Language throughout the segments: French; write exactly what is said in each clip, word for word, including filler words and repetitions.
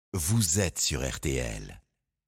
Vous êtes sur R T L.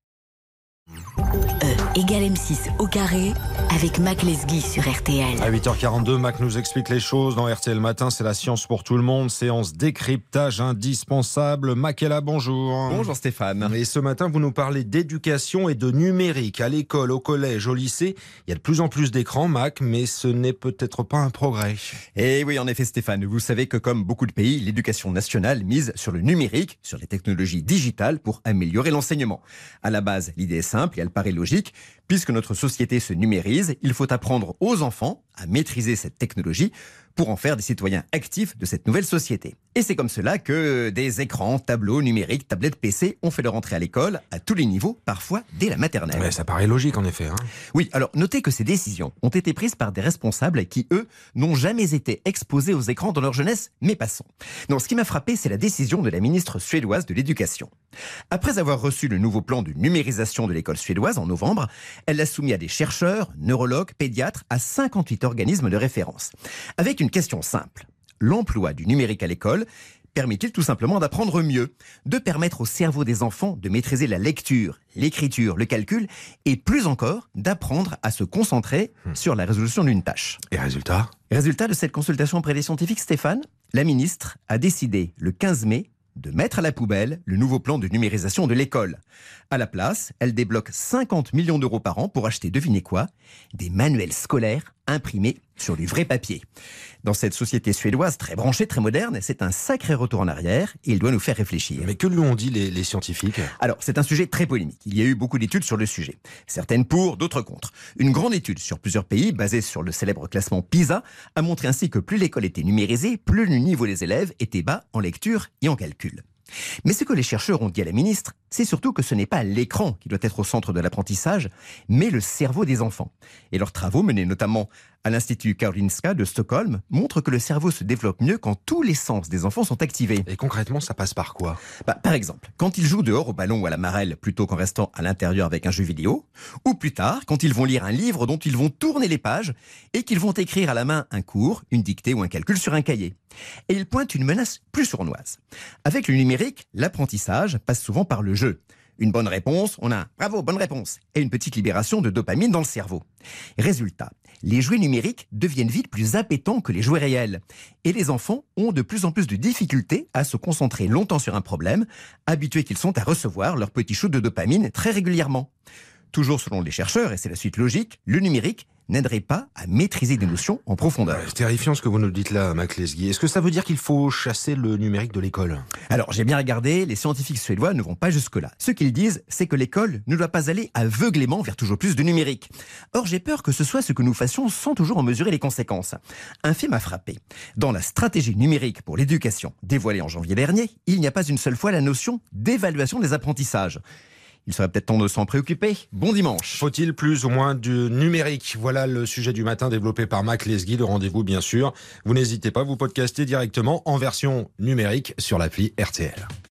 E égale M six au carré avec Mac Lesguy sur R T L. À huit heures quarante-deux, Mac nous explique les choses dans R T L Matin. C'est la science pour tout le monde. Séance décryptage indispensable. Mac est là, bonjour. Bonjour Stéphane. Et ce matin, vous nous parlez d'éducation et de numérique. À l'école, au collège, au lycée, il y a de plus en plus d'écrans, Mac, mais ce n'est peut-être pas un progrès. Et oui, en effet Stéphane, vous savez que comme beaucoup de pays, l'éducation nationale mise sur le numérique, sur les technologies digitales pour améliorer l'enseignement. À la base, l'idée est simple et elle paraît logique. Puisque notre société se numérise, il faut apprendre aux enfants à maîtriser cette technologie pour en faire des citoyens actifs de cette nouvelle société. Et c'est comme cela que des écrans, tableaux numériques, tablettes P C ont fait leur entrée à l'école à tous les niveaux, parfois dès la maternelle. Ouais, ça paraît logique en effet. Hein. Oui, alors notez que ces décisions ont été prises par des responsables qui, eux, n'ont jamais été exposés aux écrans dans leur jeunesse, mais passons. Non, ce qui m'a frappé, c'est la décision de la ministre suédoise de l'Éducation. Après avoir reçu le nouveau plan de numérisation de l'école suédoise en novembre, elle l'a soumis à des chercheurs, neurologues, pédiatres, à cinquante-huit organismes de référence. Avec une question simple. L'emploi du numérique à l'école permet-il tout simplement d'apprendre mieux, de permettre au cerveau des enfants de maîtriser la lecture, l'écriture, le calcul, et plus encore, d'apprendre à se concentrer hmm. sur la résolution d'une tâche. Et résultat ? Résultat de cette consultation auprès des scientifiques, Stéphane, la ministre a décidé le quinze mai de mettre à la poubelle le nouveau plan de numérisation de l'école. À la place, elle débloque cinquante millions d'euros par an pour acheter, devinez quoi, des manuels scolaires imprimés sur du vrai papier. Dans cette société suédoise très branchée, très moderne, c'est un sacré retour en arrière et il doit nous faire réfléchir. Mais que lui ont dit les, les scientifiques ? Alors, c'est un sujet très polémique. Il y a eu beaucoup d'études sur le sujet. Certaines pour, d'autres contre. Une grande étude sur plusieurs pays, basée sur le célèbre classement PISA, a montré ainsi que plus l'école était numérisée, plus le niveau des élèves était bas en lecture et en calcul. Mais ce que les chercheurs ont dit à la ministre, c'est surtout que ce n'est pas l'écran qui doit être au centre de l'apprentissage, mais le cerveau des enfants. Et leurs travaux, menés notamment à l'Institut Karolinska de Stockholm, montrent que le cerveau se développe mieux quand tous les sens des enfants sont activés. Et concrètement, ça passe par quoi ? bah, Par exemple, quand ils jouent dehors au ballon ou à la marelle plutôt qu'en restant à l'intérieur avec un jeu vidéo, ou plus tard, quand ils vont lire un livre dont ils vont tourner les pages et qu'ils vont écrire à la main un cours, une dictée ou un calcul sur un cahier. Et ils pointent une menace plus sournoise. Avec le numérique, l'apprentissage passe souvent par le jeu. Une bonne réponse, on a un « bravo, bonne réponse » et une petite libération de dopamine dans le cerveau. Résultat, les jouets numériques deviennent vite plus appétants que les jouets réels. Et les enfants ont de plus en plus de difficultés à se concentrer longtemps sur un problème, habitués qu'ils sont à recevoir leur petit shoot de dopamine très régulièrement. Toujours selon les chercheurs, et c'est la suite logique, le numérique n'aiderait pas à maîtriser des notions en profondeur. C'est terrifiant ce que vous nous dites là, Mac Lesguy. Est-ce que ça veut dire qu'il faut chasser le numérique de l'école ? Alors, j'ai bien regardé, les scientifiques suédois ne vont pas jusque-là. Ce qu'ils disent, c'est que l'école ne doit pas aller aveuglément vers toujours plus de numérique. Or, j'ai peur que ce soit ce que nous fassions sans toujours en mesurer les conséquences. Un fait m'a frappé. Dans la stratégie numérique pour l'éducation, dévoilée en janvier dernier, il n'y a pas une seule fois la notion d'évaluation des apprentissages. Il serait peut-être temps de s'en préoccuper. Bon dimanche. Faut-il plus ou moins du numérique ? Voilà le sujet du matin développé par Mac Lesguy. Le rendez-vous, bien sûr. Vous n'hésitez pas, vous podcastez directement en version numérique sur l'appli R T L.